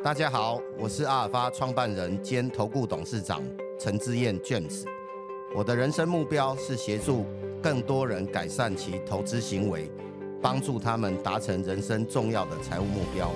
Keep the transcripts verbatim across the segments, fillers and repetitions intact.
大家好，我是阿尔发创办人兼投顾董事长陈之燕 James。我的人生目标是协助更多人改善其投资行为，帮助他们达成人生重要的财务目标。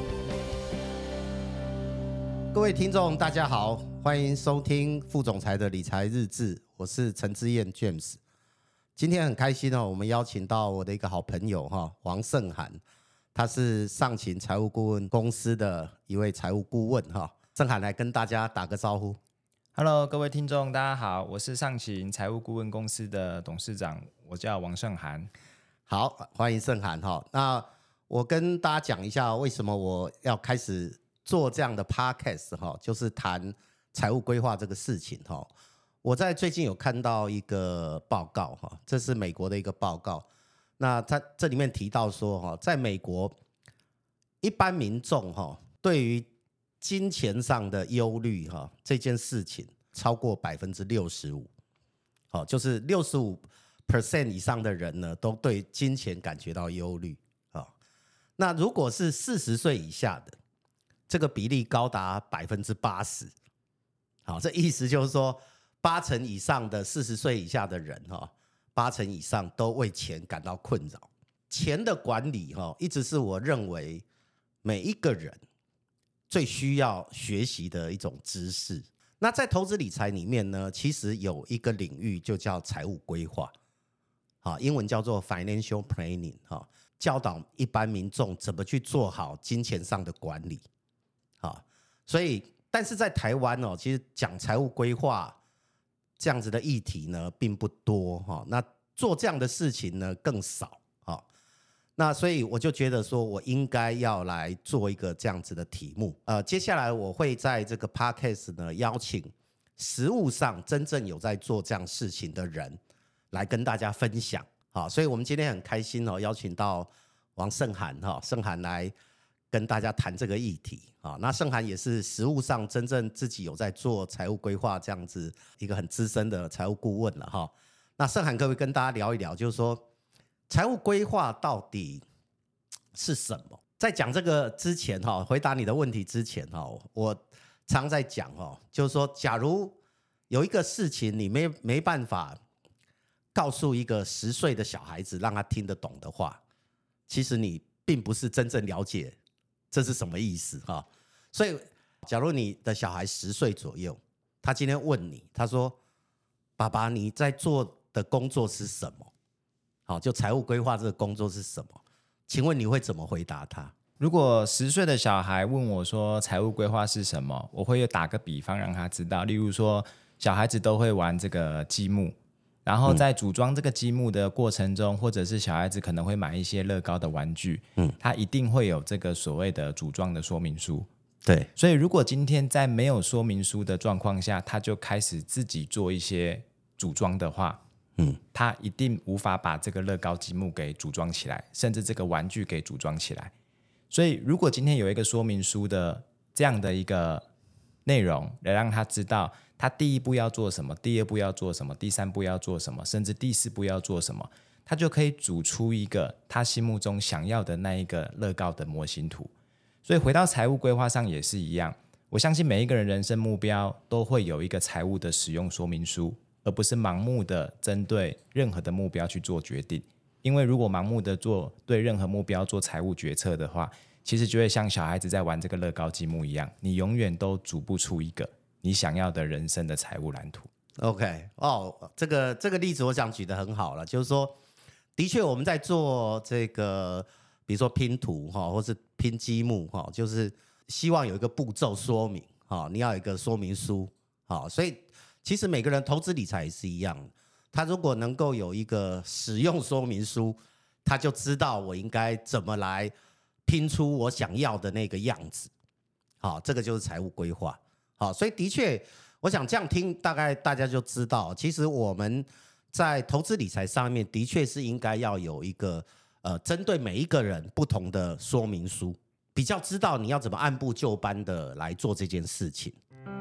各位听众，大家好，欢迎收听副总裁的理财日志，我是陈之燕 James。今天很开心哦，我们邀请到我的一个好朋友哈，王胜涵。他是上勤财务顾问公司的一位财务顾问哈，胜涵来跟大家打个招呼。 Hello， 各位听众，大家好，我是上勤财务顾问公司的董事长，我叫王胜涵。 好，欢迎胜涵哈。那我跟大家讲一下，为什么我要开始做这样的 podcast 哈，就是谈财务规划这个事情哈。我在最近有看到一个报告哈，这是美国的一个报告。那在这里面提到说，在美国一般民众对于金钱上的忧虑这件事情超过百分之六十五，就是六十五 percent 以上的人呢，都对金钱感觉到忧虑。那如果是四十岁以下的，这个比例高达百分之八十。好，这意思就是说，八成以上的四十岁以下的人哈。八成以上都为钱感到困扰。钱的管理一直是我认为每一个人最需要学习的一种知识。那在投资理财里面呢，其实有一个领域就叫财务规划，英文叫做 financial planning， 教导一般民众怎么去做好金钱上的管理。所以，但是在台湾其实讲财务规划这样子的议题呢并不多，那做这样的事情呢更少。那所以我就觉得说我应该要来做一个这样子的题目。呃，接下来我会在这个 podcast 呢邀请实务上真正有在做这样事情的人来跟大家分享。所以我们今天很开心邀请到王胜涵，胜涵来跟大家谈这个议题。那胜涵也是实务上真正自己有在做财务规划这样子一个很资深的财务顾问了。那胜涵可不可以跟大家聊一聊，就是说财务规划到底是什么？在讲这个之前，回答你的问题之前，我常在讲，就是说假如有一个事情你 没, 没办法告诉一个十岁的小孩子让他听得懂的话，其实你并不是真正了解这是什么意思。所以假如你的小孩十岁左右，他今天问你，他说爸爸你在做的工作是什么？好，就财务规划这个工作是什么？请问你会怎么回答他？ 如果十岁的小孩问我说财务规划是什么，我会打个比方让他知道，例如说小孩子都会玩这个积木，然后在组装这个积木的过程中，或者是小孩子可能会买一些乐高的玩具，嗯，他一定会有这个所谓的组装的说明书。 对， 所以如果今天在没有说明书的状况下，他就开始自己做一些组装的话，嗯，他一定无法把这个乐高积木给组装起来，甚至这个玩具给组装起来。所以如果今天有一个说明书的这样的一个内容，来让他知道他第一步要做什么，第二步要做什么，第三步要做什么，甚至第四步要做什么，他就可以组出一个他心目中想要的那一个乐高的模型图。所以回到财务规划上也是一样，我相信每一个人人生目标都会有一个财务的使用说明书，而不是盲目的针对任何的目标去做决定。因为如果盲目的做对任何目标做财务决策的话，其实就会像小孩子在玩这个乐高积木一样，你永远都组不出一个你想要的人生的财务蓝图。 OK， 哦，这个这个例子我想举得很好了，就是说的确我们在做这个比如说拼图或是拼积木，就是希望有一个步骤说明，你要有一个说明书。所以其实每个人投资理财也是一样，他如果能够有一个使用说明书，他就知道我应该怎么来拼出我想要的那个样子。好，这个就是财务规划。好，所以的确我想这样听大概大家就知道，其实我们在投资理财上面的确是应该要有一个呃，针对每一个人不同的说明书，比较知道你要怎么按部就班的来做这件事情。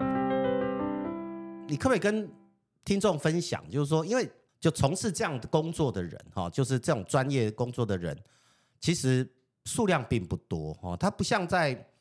你可不可以跟听众分享，就是说因为就从事这样的工作的人，就是这种专业工作的人其实数量并不多，它不像在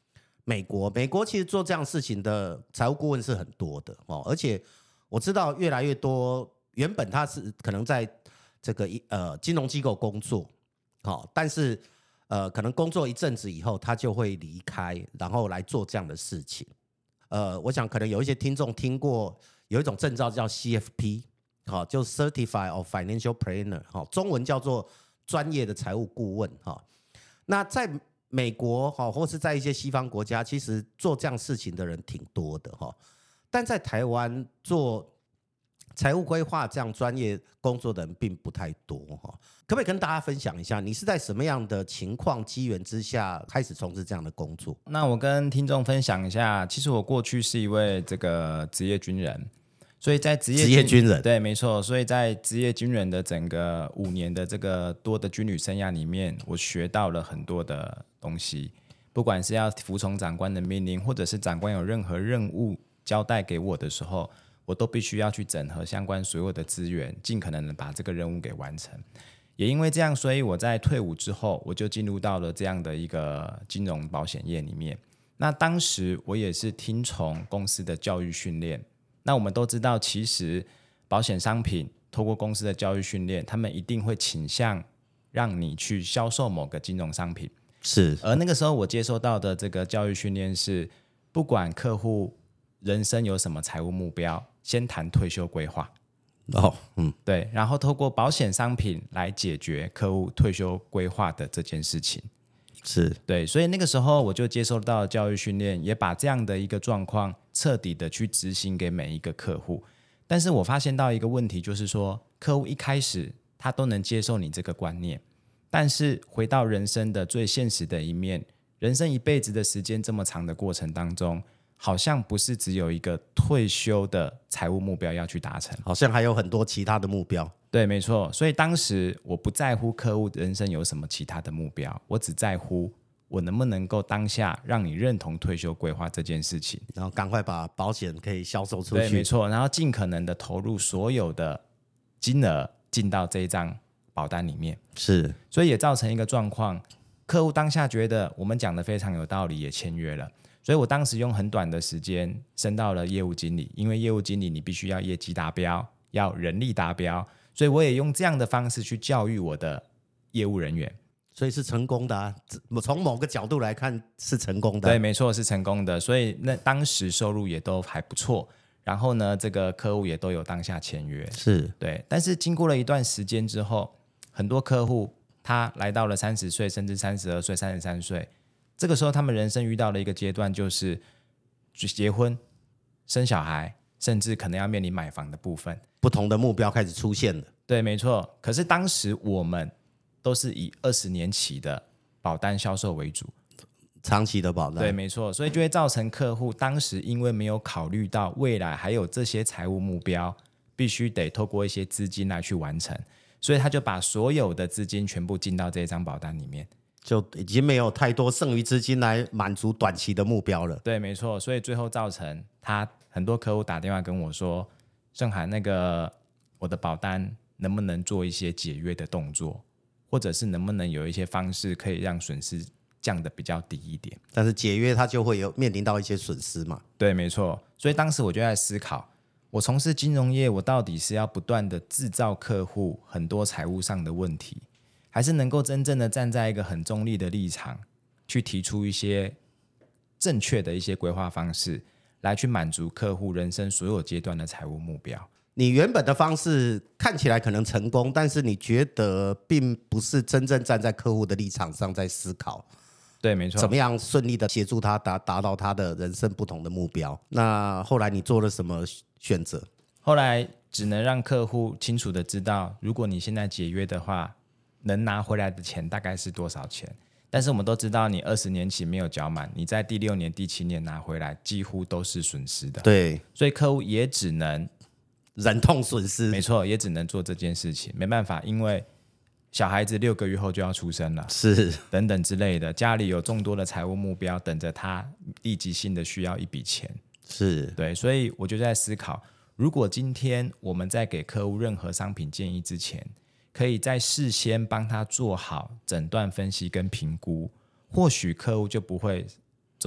美国，美国其实做这样事情的财务顾问是很多的哦，而且我知道越来越多，原本他是可能在这个呃金融机构工作，哦，但是呃可能工作一阵子以后，他就会离开，然后来做这样的事情。呃，我想可能有一些听众听过有一种证照叫 C F P， 好、哦，就 Certified of Financial Planner， 好、哦，中文叫做专业的财务顾问哈、哦。那在美国哈，或是在一些西方国家，其实做这样事情的人挺多的哈。但在台湾做财务规划这样专业工作的人并不太多哈。可不可以跟大家分享一下，你是在什么样的情况机缘之下开始从事这样的工作？ 那我跟听众分享一下，其实我过去是一位这个职业军人。所以在职业职业军人， 对，没错。所以在职业军人的整个五年的这个多的军旅生涯里面，我学到了很多的东西。不管是要服从长官的命令，或者是长官有任何任务交代给我的时候，我都必须要去整合相关所有的资源，尽可能的把这个任务给完成。也因为这样，所以我在退伍之后，我就进入到了这样的一个金融保险业里面。那当时我也是听从公司的教育训练。那我们都知道，其实保险商品透过公司的教育训练，他们一定会倾向让你去销售某个金融商品。 是， 而那个时候我接受到的这个教育训练是，不管客户人生有什么财务目标，先谈退休规划。 哦，嗯， 对，然后透过保险商品来解决客户退休规划的这件事情。 是， 对，所以那个时候我就接受到教育训练，也把这样的一个状况彻底的去执行给每一个客户。但是我发现到一个问题，就是说客户一开始他都能接受你这个观念，但是回到人生的最现实的一面，人生一辈子的时间这么长的过程当中，好像不是只有一个退休的财务目标要去达成， 好像还有很多其他的目标。 对，没错。所以当时我不在乎客户人生有什么其他的目标，我只在乎我能不能够当下让你认同退休规划这件事情， 然后赶快把保险可以销售出去。 对，没错。然后尽可能的投入所有的金额进到这一张保单里面。 是， 所以也造成一个状况，客户当下觉得我们讲的非常有道理，也签约了。所以我当时用很短的时间升到了业务经理，因为业务经理你必须要业绩达标，要人力达标，所以我也用这样的方式去教育我的业务人员。 所以是成功的啊，从某个角度来看是成功的。 对，没错，是成功的。所以那当时收入也都还不错，然后呢，这个客户也都有当下签约。 是， 对。但是经过了一段时间之后，很多客户他来到了三十岁，甚至三十二岁、三十三岁，这个时候他们人生遇到了一个阶段，就是结婚、生小孩，甚至可能要面临买房的部分， 不同的目标开始出现了。 对，没错。可是当时我们都是以二十年期的保单销售为主， 长期的保单。 对，没错。所以就会造成客户当时因为没有考虑到未来还有这些财务目标，必须得透过一些资金来去完成，所以他就把所有的资金全部进到这张保单里面， 就已经没有太多剩余资金来满足短期的目标了。 对，没错。所以最后造成他很多客户打电话跟我说，盛涵，那个我的保单能不能做一些解约的动作，或者是能不能有一些方式可以让损失降得比较低一点。 但是解约它就会有面临到一些损失嘛。 对，没错。所以当时我就在思考，我从事金融业，我到底是要不断的制造客户很多财务上的问题，还是能够真正的站在一个很中立的立场，去提出一些正确的一些规划方式，来去满足客户人生所有阶段的财务目标。 你原本的方式看起来可能成功，但是你觉得并不是真正站在客户的立场上在思考， 对，没错。 怎么样顺利的协助他达达到他的人生不同的目标？那后来你做了什么选择？ 后来只能让客户清楚的知道，如果你现在解约的话，能拿回来的钱大概是多少钱。但是我们都知道，你二十年期没有缴满，你在第六年、第七年拿回来，几乎都是损失的。 对， 所以客户也只能忍痛损失。 没错，也只能做这件事情，没办法，因为小孩子六个月后就要出生了， 是等等之类的，家里有众多的财务目标等着他，立即性的需要一笔钱。 是， 对，所以我就在思考，如果今天我们在给客户任何商品建议之前，可以在事先帮他做好诊断分析跟评估，或许客户就不会走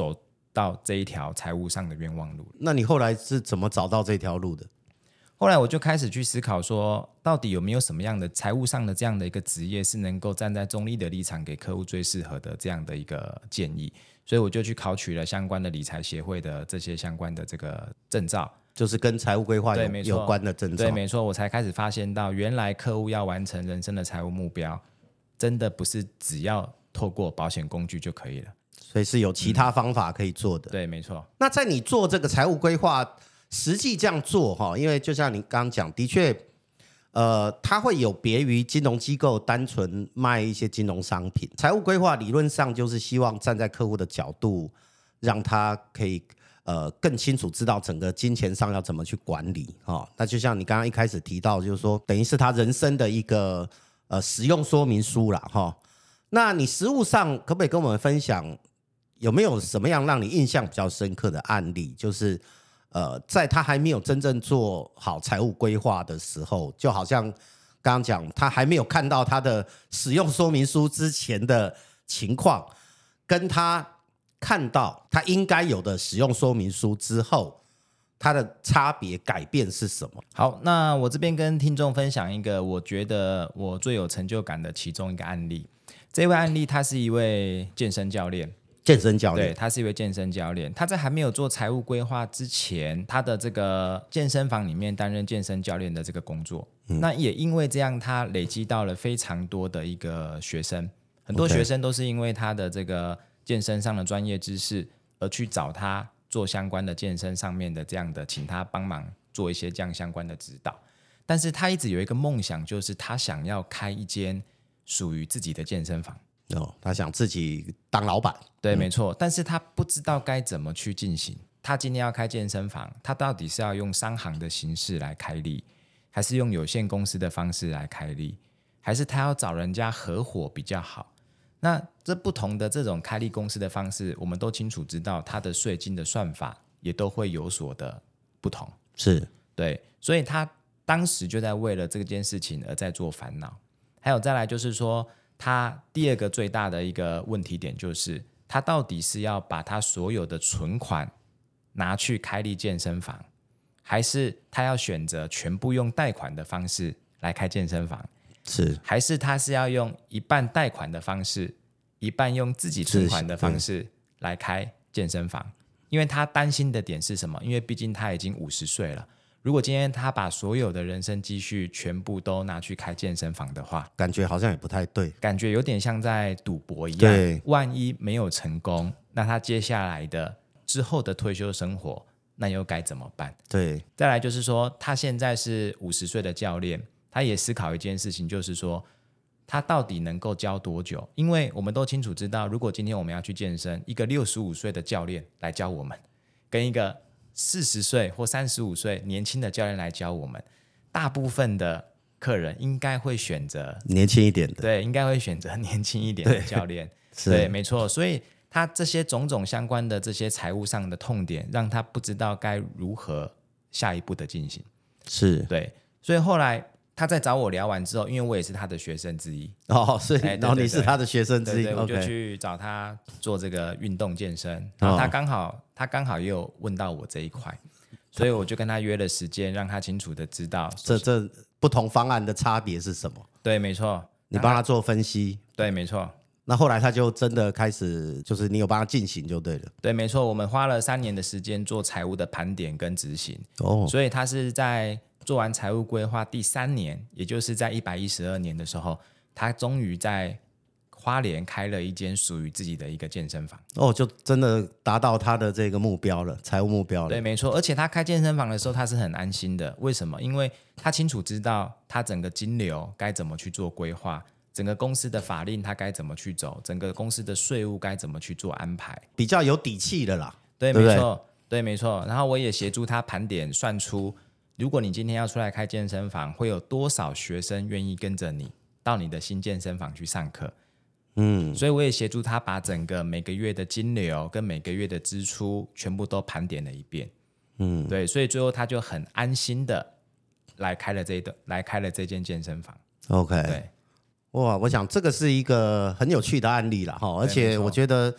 到这一条财务上的冤枉路。 那你后来是怎么找到这条路的？ 后来我就开始去思考说，到底有没有什么样的财务上的这样的一个职业是能够站在中立的立场给客户最适合的这样的一个建议，所以我就去考取了相关的理财协会的这些相关的这个证照， 就是跟财务规划 有, 有关的证照。 对，没错，我才开始发现到原来客户要完成人生的财务目标，真的不是只要透过保险工具就可以了， 所以是有其他方法可以做的。 嗯、对，没错。 那在你做这个财务规划，实际这样做哈，因为就像你刚刚讲，的确，呃，它会有别于金融机构单纯卖一些金融商品。财务规划理论上就是希望站在客户的角度，让他可以呃更清楚知道整个金钱上要怎么去管理哈。那就像你刚刚一开始提到，就是说等于是他人生的一个呃使用说明书啦哈。那你实务上可不可以跟我们分享，有没有什么样让你印象比较深刻的案例？就是呃，在他还没有真正做好财务规划的时候，就好像刚刚讲，他还没有看到他的使用说明书之前的情况，跟他看到他应该有的使用说明书之后，它的差别改变是什么？ 好，那我这边跟听众分享一个我觉得我最有成就感的其中一个案例。这位案例他是一位健身教练。 健身教练， 对，他是一位健身教练。他在还没有做财务规划之前，他的这个健身房里面担任健身教练的这个工作，嗯、那也因为这样，他累积到了非常多的一个学生，很多学生都是因为他的这个健身上的专业知识而去找他做相关的健身上面的这样的，请他帮忙做一些这样相关的指导。但是他一直有一个梦想，就是他想要开一间属于自己的健身房。 哦，他想自己当老板。 对，没错，但是他不知道该怎么去进行。他今天要开健身房，他到底是要用商行的形式来开立，还是用有限公司的方式来开立，还是他要找人家合伙比较好？那这不同的这种开立公司的方式，我们都清楚知道，他的税金的算法也都会有所的不同。 是， 对，所以他当时就在为了这件事情而在做烦恼。还有再来就是说，他第二个最大的一个问题点就是，他到底是要把他所有的存款拿去开立健身房，还是他要选择全部用贷款的方式来开健身房？ 是， 还是他是要用一半贷款的方式，一半用自己存款的方式来开健身房？因为他担心的点是什么？因为毕竟他已经五十岁了。如果今天他把所有的人生积蓄全部都拿去开健身房的话， 感觉好像也不太对， 感觉有点像在赌博一样。 对， 万一没有成功，那他接下来的之后的退休生活，那又该怎么办？ 对， 再来就是说，他现在是五十岁的教练，他也思考一件事情，就是说他到底能够教多久？因为我们都清楚知道，如果今天我们要去健身，一个六十五岁的教练来教我们，跟一个四十岁或三十五岁年轻的教练来教我们，大部分的客人应该会选择年轻一点的。 对，应该会选择年轻一点的教练。 对， 对，没错。所以他这些种种相关的这些财务上的痛点，让他不知道该如何下一步的进行。 是， 对。所以后来他在找我聊完之后，因为我也是他的学生之一。 哦，所以、 哎、 然后你是他的学生之一， 对对对，我就 OK 去找他做这个运动健身，然后他刚好、哦、他刚好也有问到我这一块，所以我就跟他约了时间，让他清楚的知道这这不同方案的差别是什么。 对，没错， 你帮他做分析。 对，没错。 那后来他就真的开始，就是你有帮他进行就对了。 对，没错，我们花了三年的时间做财务的盘点跟执行。 哦， 所以他是在做完财务规划第三年，也就是在一百一十二年的时候，他终于在花莲开了一间属于自己的一个健身房。 哦，就真的达到他的这个目标了，财务目标了。 对，没错。而且他开健身房的时候，他是很安心的。为什么？因为他清楚知道他整个金流该怎么去做规划，整个公司的法令他该怎么去走，整个公司的税务该怎么去做安排， 比较有底气的啦。 对， 对不对？ 没错，对，没错。然后我也协助他盘点算出，如果你今天要出来开健身房，会有多少学生愿意跟着你到你的新健身房去上课？嗯，所以我也协助他把整个每个月的金流跟每个月的支出全部都盘点了一遍。嗯，对，所以最后他就很安心的来开了这一来开了这间健身房。 OK， 对， 哇，我想这个是一个很有趣的案例啦，哈，而且我觉得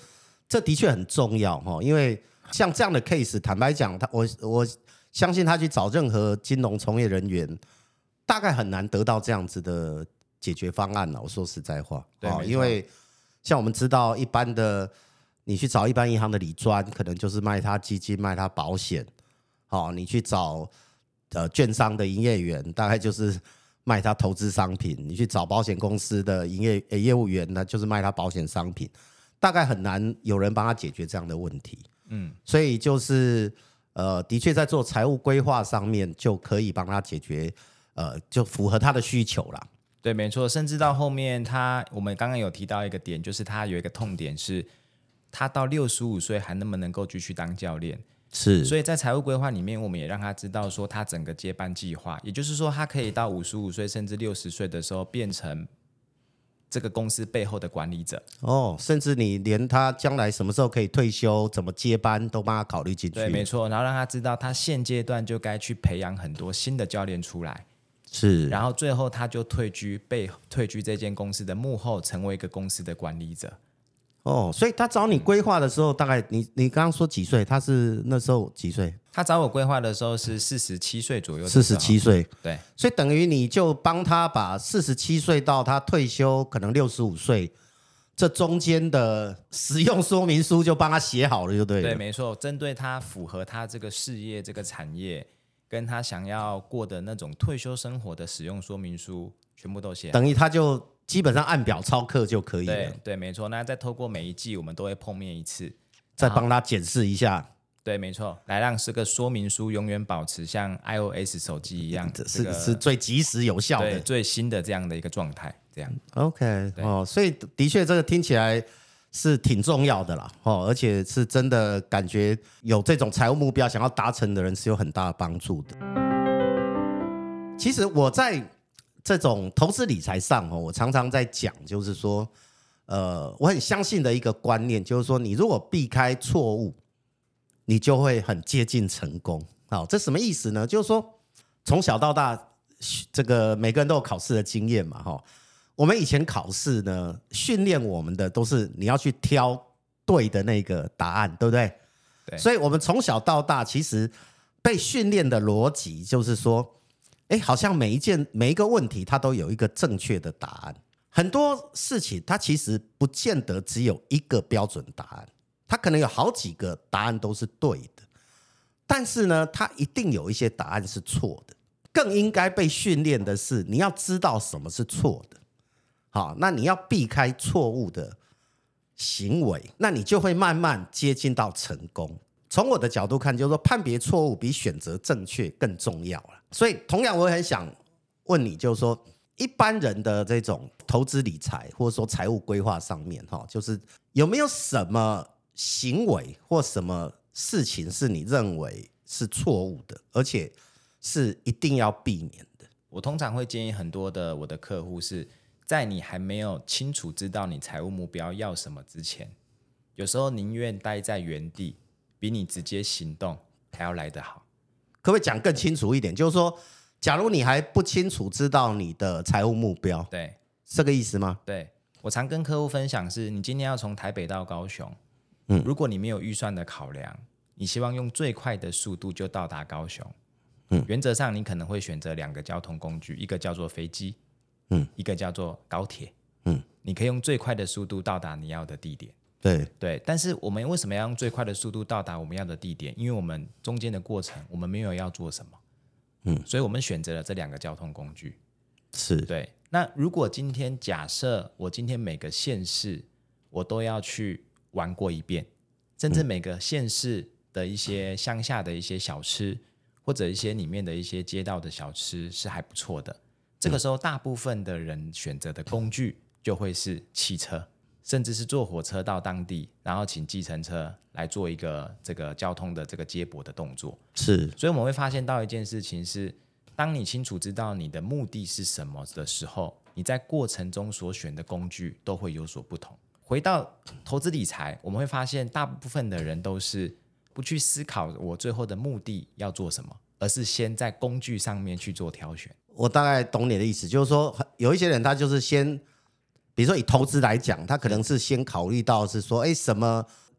这的确很重要哈，因为像这样的 case， 坦白讲，他我我相信他去找任何金融从业人员，大概很难得到这样子的解决方案了。我说实在话， 对， 因为像我们知道，一般的你去找一般银行的理专，可能就是卖他基金、卖他保险。好，你去找呃券商的营业员，大概就是卖他投资商品；你去找保险公司的营业业务员呢，就是卖他保险商品。大概很难有人帮他解决这样的问题。嗯，所以就是呃，的确在做财务规划上面就可以帮他解决，呃，就符合他的需求啦。 对，没错。甚至到后面他，我们刚刚有提到一个点，就是他有一个痛点是，他到六十五岁还能不能够继续当教练？ 是， 所以在财务规划里面，我们也让他知道说，他整个接班计划，也就是说，他可以到五十五岁甚至六十岁的时候，变成这个公司背后的管理者。 哦，甚至你连他将来什么时候可以退休、怎么接班都帮他考虑进去。 对，没错。然后让他知道，他现阶段就该去培养很多新的教练出来。 是， 然后最后他就退居，被退居这间公司的幕后，成为一个公司的管理者。 哦，所以他找你规划的时候，大概你你刚刚说几岁？他是那时候几岁？ 他找我规划的时候是四十七岁左右。 四十七岁， 对。 所以等于你就帮他把四十七岁到他退休，可能六十五岁，这中间的使用说明书就帮他写好了，就对了。 对，没错，针对他符合他这个事业、这个产业，跟他想要过的那种退休生活的使用说明书，全部都写好。 等于他就基本上按表操课就可以了。 对对，没错。那再透过每一季，我们都会碰面一次， 再帮他检视一下。 对，没错，来让这个说明书永远保持像 iOS 手机一样， 是、 这个、 是最及时有效的、 对最新的这样的一个状态。这样 ，OK 哦，所以的确这个听起来是挺重要的啦，哦，而且是真的感觉有这种财务目标想要达成的人是有很大的帮助的。其实我在这种投资理财上，我常常在讲，就是说，呃，我很相信的一个观念，就是说，你如果避开错误，你就会很接近成功。好，这什么意思呢？就是说，从小到大，这个每个人都有考试的经验嘛，哈。我们以前考试呢，训练我们的都是你要去挑对的那个答案，对不对？ 对。 所以我们从小到大，其实被训练的逻辑就是说，哎，好像每一件每一个问题，它都有一个正确的答案。很多事情，它其实不见得只有一个标准答案，它可能有好几个答案都是对的，但是呢，它一定有一些答案是错的。更应该被训练的是，你要知道什么是错的。好，那你要避开错误的行为，那你就会慢慢接近到成功。从我的角度看，就是说判别错误比选择正确更重要了。所以，同样我很想问你，就是说一般人的这种投资理财或者说财务规划上面，就是有没有什么行为或什么事情是你认为是错误的，而且是一定要避免的？ 我通常会建议很多的我的客户是，在你还没有清楚知道你财务目标要什么之前，有时候宁愿待在原地，比你直接行动还要来得好。 可不可以讲更清楚一点？就是说，假如你还不清楚知道你的财务目标， 对， 这个意思吗？ 对，我常跟客户分享是，你今天要从台北到高雄，嗯，如果你没有预算的考量，你希望用最快的速度就到达高雄，嗯，原则上你可能会选择两个交通工具，一个叫做飞机。嗯，一个叫做高铁，嗯，你可以用最快的速度到达你要的地点。 对对，但是我们为什么要用最快的速度到达我们要的地点？因为我们中间的过程，我们没有要做什么，嗯，所以我们选择了这两个交通工具。 是， 对。那如果今天假设我今天每个县市我都要去玩过一遍，甚至每个县市的一些乡下的一些小吃，或者一些里面的一些街道的小吃是还不错的。这个时候，大部分的人选择的工具就会是汽车，甚至是坐火车到当地，然后请计程车来做一个这个交通的这个接驳的动作。 是， 所以我们会发现到一件事情是，当你清楚知道你的目的是什么的时候，你在过程中所选的工具都会有所不同。回到投资理财，我们会发现大部分的人都是不去思考我最后的目的要做什么，而是先在工具上面去做挑选。 我大概懂你的意思，就是说有一些人他就是先，比如说以投资来讲，他可能是先考虑到是说，哎，什么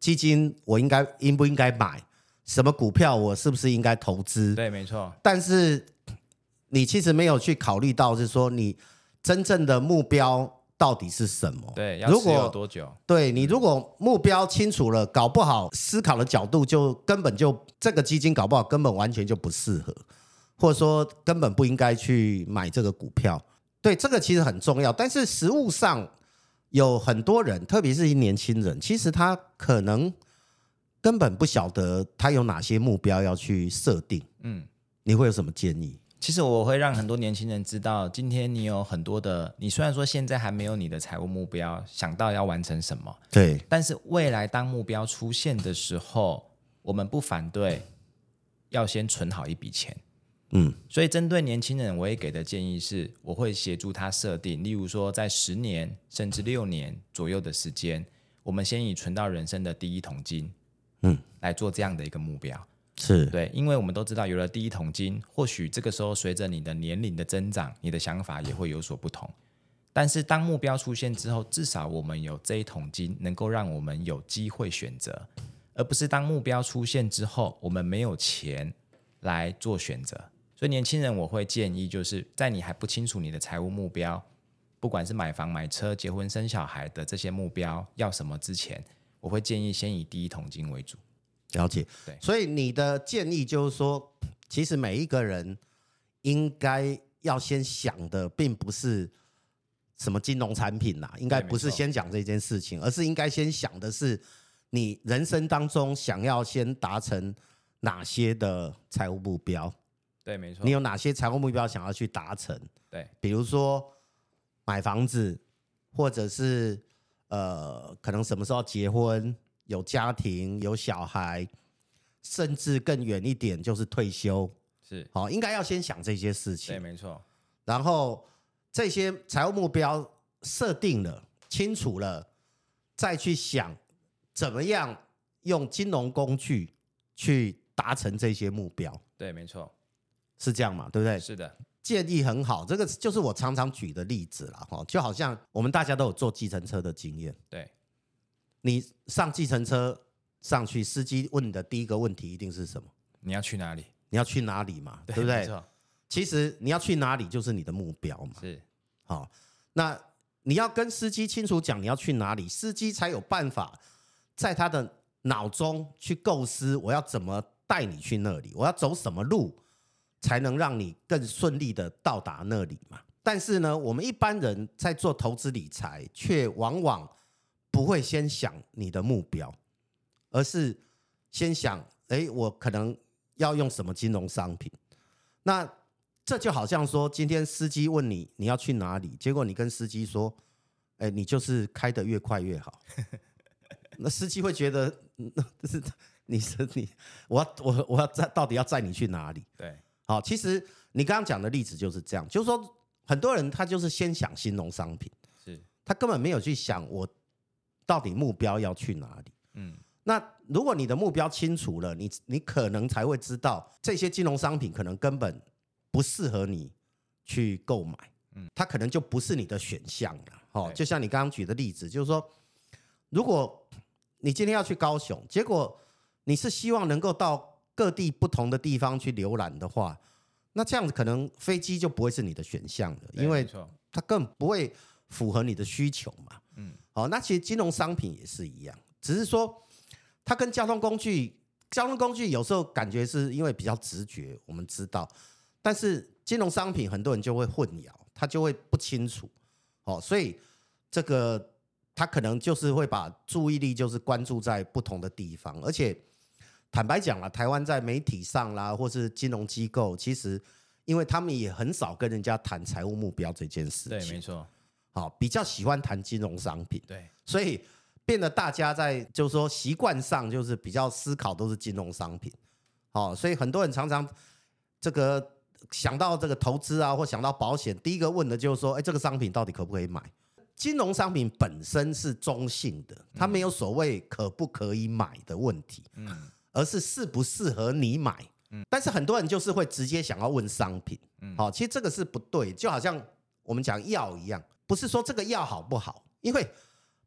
基金我应该应不应该买，什么股票我是不是应该投资？ 对，没错。 但是你其实没有去考虑到，是说你真正的目标到底是什么？ 对，要持有多久？ 对，你如果目标清楚了，搞不好思考的角度就根本就这个基金搞不好根本完全就不适合，或者说根本不应该去买这个股票。对，这个其实很重要。但是实务上有很多人，特别是一年轻人，其实他可能根本不晓得他有哪些目标要去设定。嗯，你会有什么建议？ 其实我会让很多年轻人知道，今天你有很多的，你虽然说现在还没有你的财务目标，想到要完成什么， 对， 但是未来当目标出现的时候，我们不反对要先存好一笔钱。嗯，所以针对年轻人，我也给的建议是，我会协助他设定，例如说在十年甚至六年左右的时间，我们先以存到人生的第一桶金，嗯，来做这样的一个目标。 是对，因为我们都知道，有了第一桶金，或许这个时候随着你的年龄的增长，你的想法也会有所不同。但是当目标出现之后，至少我们有这一桶金，能够让我们有机会选择，而不是当目标出现之后，我们没有钱来做选择。所以年轻人，我会建议，就是在你还不清楚你的财务目标，不管是买房、买车、结婚、生小孩的这些目标要什么之前，我会建议先以第一桶金为主。 了解，对，所以你的建议就是说，其实每一个人应该要先想的，并不是什么金融产品啦，应该不是先讲这件事情，而是应该先想的是你人生当中想要先达成哪些的财务目标。 对，没错。 你有哪些财务目标想要去达成？ 对， 比如说买房子，或者是呃，可能什么时候结婚。有家庭有小孩，甚至更远一点就是退休， 是好，应该要先想这些事情。 对，没错。 然后这些财务目标设定了清楚了，再去想怎么样用金融工具去达成这些目标。 对，没错， 是这样嘛？对不对？ 是的， 建议很好。这个就是我常常举的例子啦，就好像我们大家都有坐计程车的经验。 对。 你上计程车上去，司机问你的第一个问题一定是什么？ 你要去哪里？ 你要去哪里嘛？对, 对不对？其实你要去哪里就是你的目标嘛。 是， 好，那你要跟司机清楚讲你要去哪里，司机才有办法在他的脑中去构思我要怎么带你去那里，我要走什么路才能让你更顺利的到达那里嘛。但是呢，我们一般人在做投资理财，却往往不会先想你的目标，而是先想，哎，我可能要用什么金融商品。那这就好像说，今天司机问你你要去哪里，结果你跟司机说，哎，你就是开得越快越好。那司机会觉得，是你是你，我要我我要载到底要载你去哪里？ 对， 好，其实你刚刚讲的例子就是这样，就是说很多人他就是先想金融商品， 是他根本没有去想我到底目标要去哪里？嗯，那如果你的目标清楚了，你你可能才会知道这些金融商品可能根本不适合你去购买，嗯，它可能就不是你的选项了。哦，就像你刚刚举的例子，就是说，如果你今天要去高雄，结果你是希望能够到各地不同的地方去浏览的话，那这样子可能飞机就不会是你的选项了，因为它根本不会符合你的需求嘛。嗯，好，那其实金融商品也是一样，只是说它跟交通工具，交通工具有时候感觉是因为比较直觉，我们知道，但是金融商品很多人就会混淆，他就会不清楚，哦，所以这个他可能就是会把注意力就是关注在不同的地方，而且坦白讲啦，台湾在媒体上啦，或是金融机构，其实因为他们也很少跟人家谈财务目标这件事情， 对，没错。 好，比较喜欢谈金融商品， 对， 所以变得大家在就是说习惯上就是比较思考都是金融商品，好，所以很多人常常这个想到这个投资啊，或想到保险，第一个问的就是说，哎，这个商品到底可不可以买？金融商品本身是中性的，它没有所谓可不可以买的问题，嗯，而是适不适合你买。嗯，但是很多人就是会直接想要问商品，嗯，好，其实这个是不对，就好像我们讲药一样。不是说这个药好不好，因为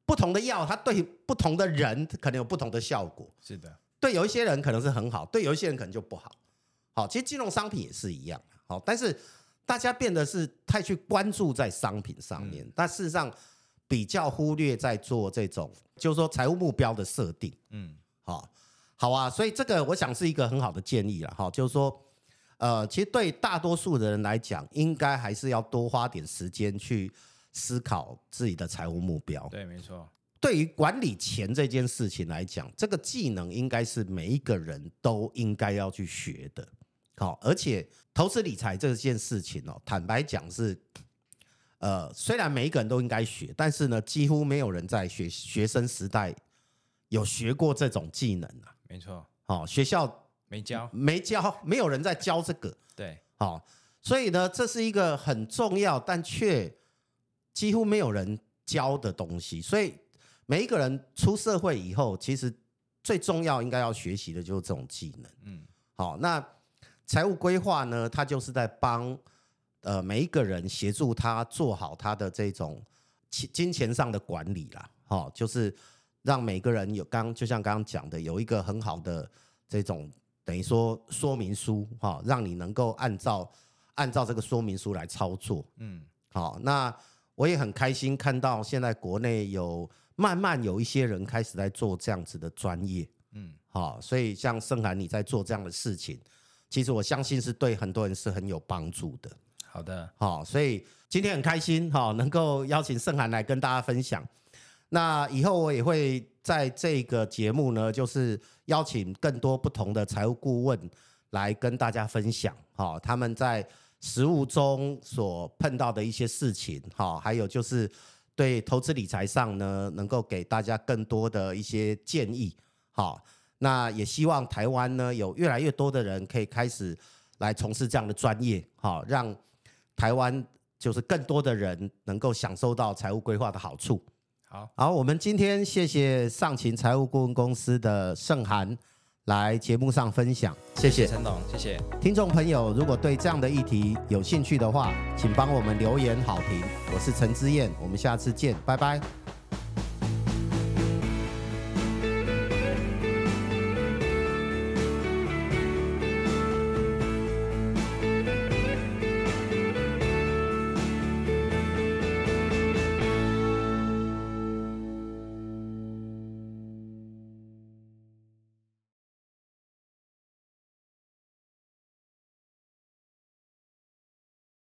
不同的药，它对不同的人可能有不同的效果。 是的， 对有一些人可能是很好，对有一些人可能就不好。好，其实金融商品也是一样。好，但是大家变得是太去关注在商品上面，嗯、但事实上比较忽略在做这种，就是说财务目标的设定。嗯，好，好啊，所以这个我想是一个很好的建议了。哈，就是说，呃，其实对大多数的人来讲，应该还是要多花点时间去思考自己的财务目标。 对，没错。 对于管理钱这件事情来讲，这个技能应该是每一个人都应该要去学的。好，而且投资理财这件事情哦，坦白讲是，呃，虽然每一个人都应该学，但是呢，几乎没有人在学学生时代有学过这种技能啊。 没错， 好，学校没教， 没教，没有人在教这个。 对， 好，所以呢，这是一个很重要，但却几乎没有人教的东西。所以每一个人出社会以后，其实最重要应该要学习的就是这种技能。嗯，好，那财务规划呢，它就是在帮呃每一个人协助他做好他的这种金钱上的管理啦。好，就是让每个人有刚就像刚刚讲的，有一个很好的这种等于说说明书，哈，让你能够按照按照这个说明书来操作。嗯，好，那我也很开心看到现在国内有慢慢有一些人开始在做这样子的专业。嗯，好，所以像盛涵你在做这样的事情，其实我相信是对很多人是很有帮助的。 好的， 好，所以今天很开心，能够邀请盛涵来跟大家分享。那以后我也会在这个节目呢，就是邀请更多不同的财务顾问来跟大家分享，他们在实务中所碰到的一些事情，还有就是对投资理财上呢，能够给大家更多的一些建议。好，那也希望台湾呢有越来越多的人可以开始来从事这样的专业，好，让台湾就是更多的人能够享受到财务规划的好处。 好， 好，我们今天谢谢上勤财务顾问公司的盛涵来节目上分享，谢谢陈董，谢谢听众朋友。如果对这样的议题有兴趣的话，请帮我们留言好评。我是陈之燕，我们下次见，拜拜。